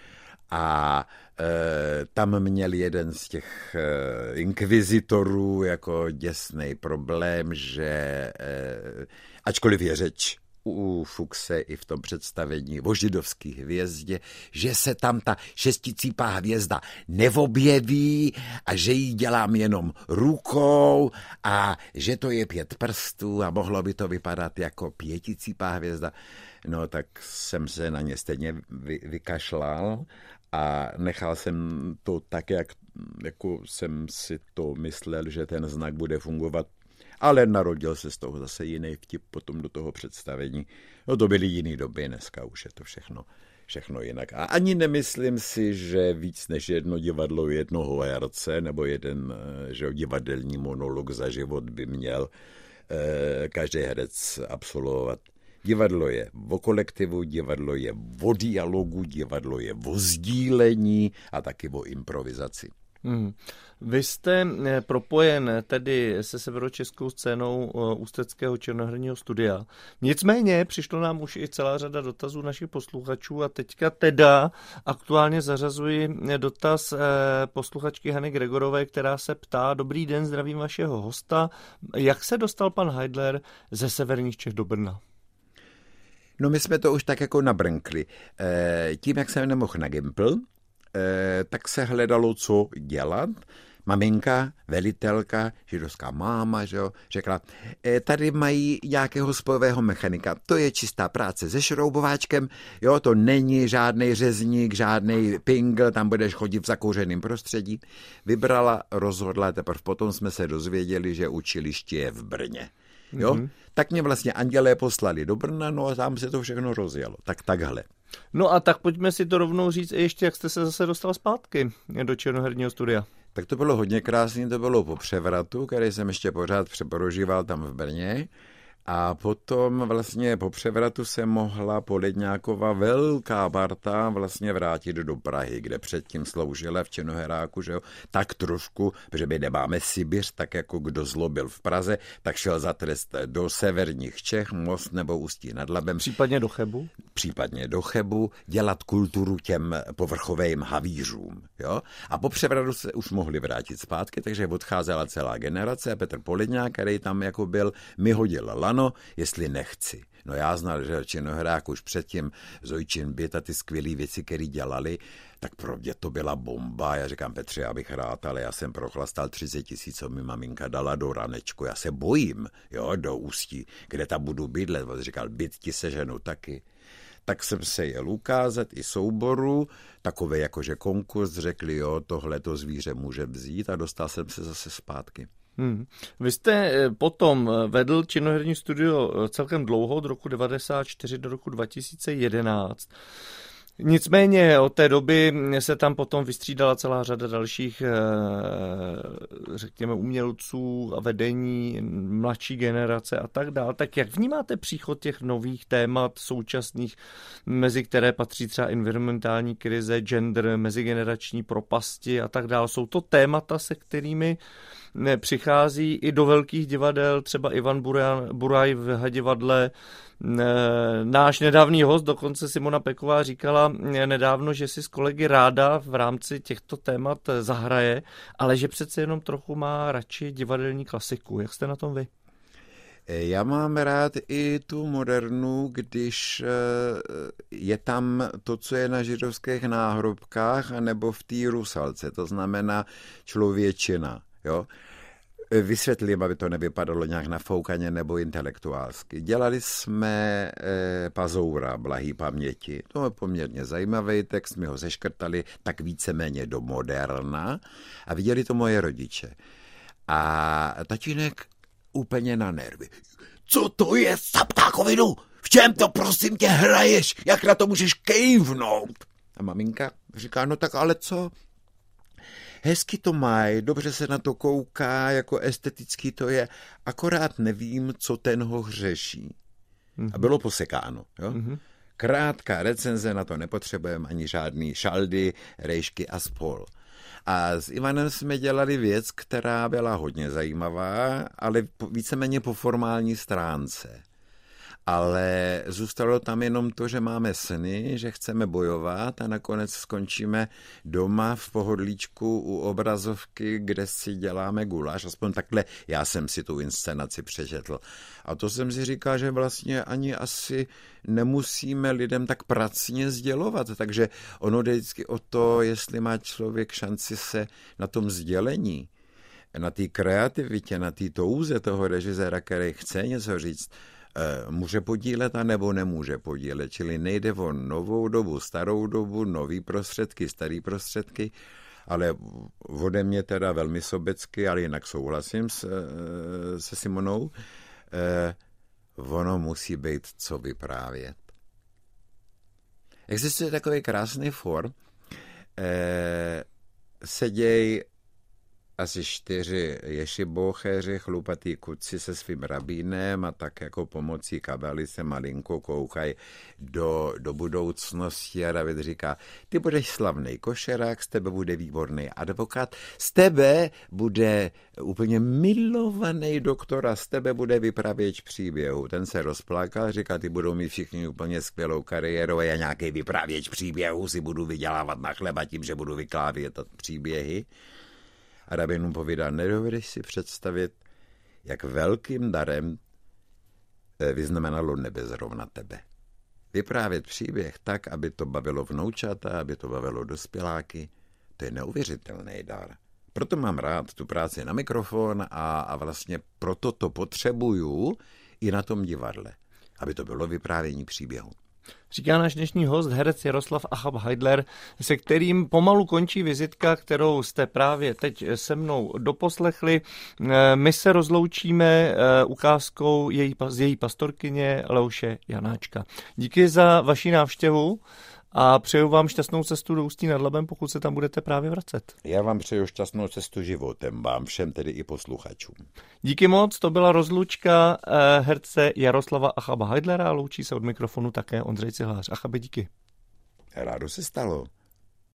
A e, tam měl jeden z těch e, inkvizitorů jako děsnej problém, že e, ačkoliv je řeč u Fuchse i v tom představení o židovské hvězdě, že se tam ta šesticípá hvězda neobjeví a že ji dělám jenom rukou a že to je pět prstů a mohlo by to vypadat jako pěticípá hvězda. No tak jsem se na ně stejně vy, vykašlal a nechal jsem to tak, jak jako jsem si to myslel, že ten znak bude fungovat. Ale narodil se z toho zase jiný vtip potom do toho představení. No to byly jiný doby, dneska už je to všechno, všechno jinak. A ani nemyslím si, že víc než jedno divadlo jednoho herce nebo jeden že divadelní monolog za život by měl eh, každý herec absolvovat. Divadlo je o kolektivu, divadlo je o dialogu, divadlo je o sdílení a taky o improvizaci. Hmm. Vy jste propojen tedy se severočeskou scénou Ústeckého černoherního studia. Nicméně přišlo nám už i celá řada dotazů našich posluchačů a teďka teda aktuálně zařazuji dotaz posluchačky Hany Gregorové, která se ptá: Dobrý den, zdravím vašeho hosta. Jak se dostal pan Heidler ze severních Čech do Brna? No my jsme to už tak jako nabrnkli. E, tím, jak jsem nemohl na Gimpl, e, tak se hledalo, co dělat. Maminka, velitelka, židovská máma, že jo, řekla, e, tady mají nějakého spojového mechanika, to je čistá práce se šroubováčkem, jo, to není žádný řezník, žádný pingl, tam budeš chodit v zakouřeném prostředí. Vybrala, rozhodla, teprve potom jsme se dozvěděli, že učiliště je v Brně. Jo? Mm-hmm. Tak mě vlastně andělé poslali do Brna, no a tam se to všechno rozjelo. Tak takhle. No a tak pojďme si to rovnou říct ještě, jak jste se zase dostal zpátky do černoherního studia. Tak to bylo hodně krásné, to bylo po převratu, který jsem ještě pořád prožíval tam v Brně. A potom vlastně po převratu se mohla Poledňákova velká parta vlastně vrátit do Prahy, kde předtím sloužila v Činoheráku, že jo, tak trošku, protože my nemáme Sibiř, tak jako kdo zlobil v Praze, tak šel za trest do severních Čech, Most nebo Ústí nad Labem. Případně do Chebu? Případně do Chebu, dělat kulturu těm povrchovým havířům, jo. A po převratu se už mohli vrátit zpátky, takže odcházela celá generace a Petr Poledňák, který tam jako byl, mi hodil lano, jestli nechci. No já znal, že Činoherák už předtím Zojčin byt a ty skvělý věci, které dělali, tak pro mě to byla bomba. Já říkám, Petře, já bych rád, ale já jsem prochlastal třicet tisíc, co mi maminka dala do ranečku. Já se bojím, jo, do Ústí, kde tam budu bydlet. On říkal, byt ti seženu taky. Tak jsem se jel ukázat i souboru, takové jakože konkurs, řekli, jo, tohleto zvíře může vzít a dostal jsem se zase zpátky. Hmm. Vy jste potom vedl činoherní studio celkem dlouho, od roku devadesát čtyři do roku dva tisíce jedenáct. Nicméně od té doby se tam potom vystřídala celá řada dalších, řekněme, umělců a vedení, mladší generace a tak dále. Tak jak vnímáte příchod těch nových témat současných, mezi které patří třeba environmentální krize, gender, mezigenerační propasti a tak dále? Jsou to témata, se kterými přichází i do velkých divadel, třeba Ivan Buraj v divadle. Náš nedávný host, dokonce Simona Peková, říkala nedávno, že si s kolegy ráda v rámci těchto témat zahraje, ale že přece jenom trochu má radši divadelní klasiku. Jak jste na tom vy? Já mám rád i tu modernu, když je tam to, co je na židovských náhrobkách, anebo v té Rusalce, to znamená člověčina, jo. Vysvětlím, aby to nevypadalo nějak nafoukaně nebo intelektuálsky. Dělali jsme e, Pazoura, blahý paměti. To je poměrně zajímavý text, my ho seškrtali tak víceméně do moderna a viděli to moje rodiče. A tatínek úplně na nervy. Co to je za ptákovinu? V čem to prosím tě hraješ? Jak na to můžeš kejvnout? A maminka říká, no tak ale co? Hezky to mají, dobře se na to kouká, jako estetický to je, akorát nevím, co ten ho hřeší. Mm-hmm. A bylo posekáno. Jo? Mm-hmm. Krátká recenze, na to nepotřebujeme ani žádný šaldy, rejšky a spol. A s Ivanem jsme dělali věc, která byla hodně zajímavá, ale víceméně po formální stránce. Ale zůstalo tam jenom to, že máme sny, že chceme bojovat a nakonec skončíme doma v pohodlíčku u obrazovky, kde si děláme guláš. Aspoň takhle já jsem si tu inscenaci přečetl. A to jsem si říkal, že vlastně ani asi nemusíme lidem tak pracně sdělovat. Takže ono jde vždycky o to, jestli má člověk šanci se na tom sdělení, na té kreativitě, na té touze toho režiséra, který chce něco říct, může podílet a nebo nemůže podílet, čili nejde o novou dobu, starou dobu, nový prostředky, starý prostředky, ale ode mě teda velmi sobecky, ale jinak souhlasím s, se Simonou, eh, ono musí být co vyprávět. Existuje takový krásný for, eh, seděj asi čtyři ješibócheři, chlupatý kuci se svým rabínem a tak jako pomocí kabely se malinko koukají do, do budoucnosti a David říká, ty budeš slavný košerák, z tebe bude výborný advokát, z tebe bude úplně milovaný doktor a z tebe bude vypravěč příběhu. Ten se rozplakal, říká, ty budou mít všichni úplně skvělou kariéru a já nějaký vypravěč příběhu si budu vydělávat na chleba tím, že budu vyklávět příběhy. A rabin mu povídá, nedovedeš si představit, jak velkým darem vyznamenalo nebe zrovna tebe. Vyprávět příběh tak, aby to bavilo vnoučata, aby to bavilo dospěláky, to je neuvěřitelný dar. Proto mám rád tu práci na mikrofon a, a vlastně proto to potřebuju i na tom divadle, aby to bylo vyprávění příběhu. Říká náš dnešní host, herec Jaroslav Achab Heidler, se kterým pomalu končí vizitka, kterou jste právě teď se mnou doposlechli. My se rozloučíme ukázkou její, z její pastorkyně Leoše Janáčka. Díky za vaši návštěvu a přeju vám šťastnou cestu do Ústí nad Labem, pokud se tam budete právě vracet. Já vám přeju šťastnou cestu životem, vám všem tedy i posluchačům. Díky moc, to byla rozlučka herce Jaroslava Achaba Heidlera, loučí se od mikrofonu také Ondřej Cihlář. Achabe, díky. Rádo se stalo.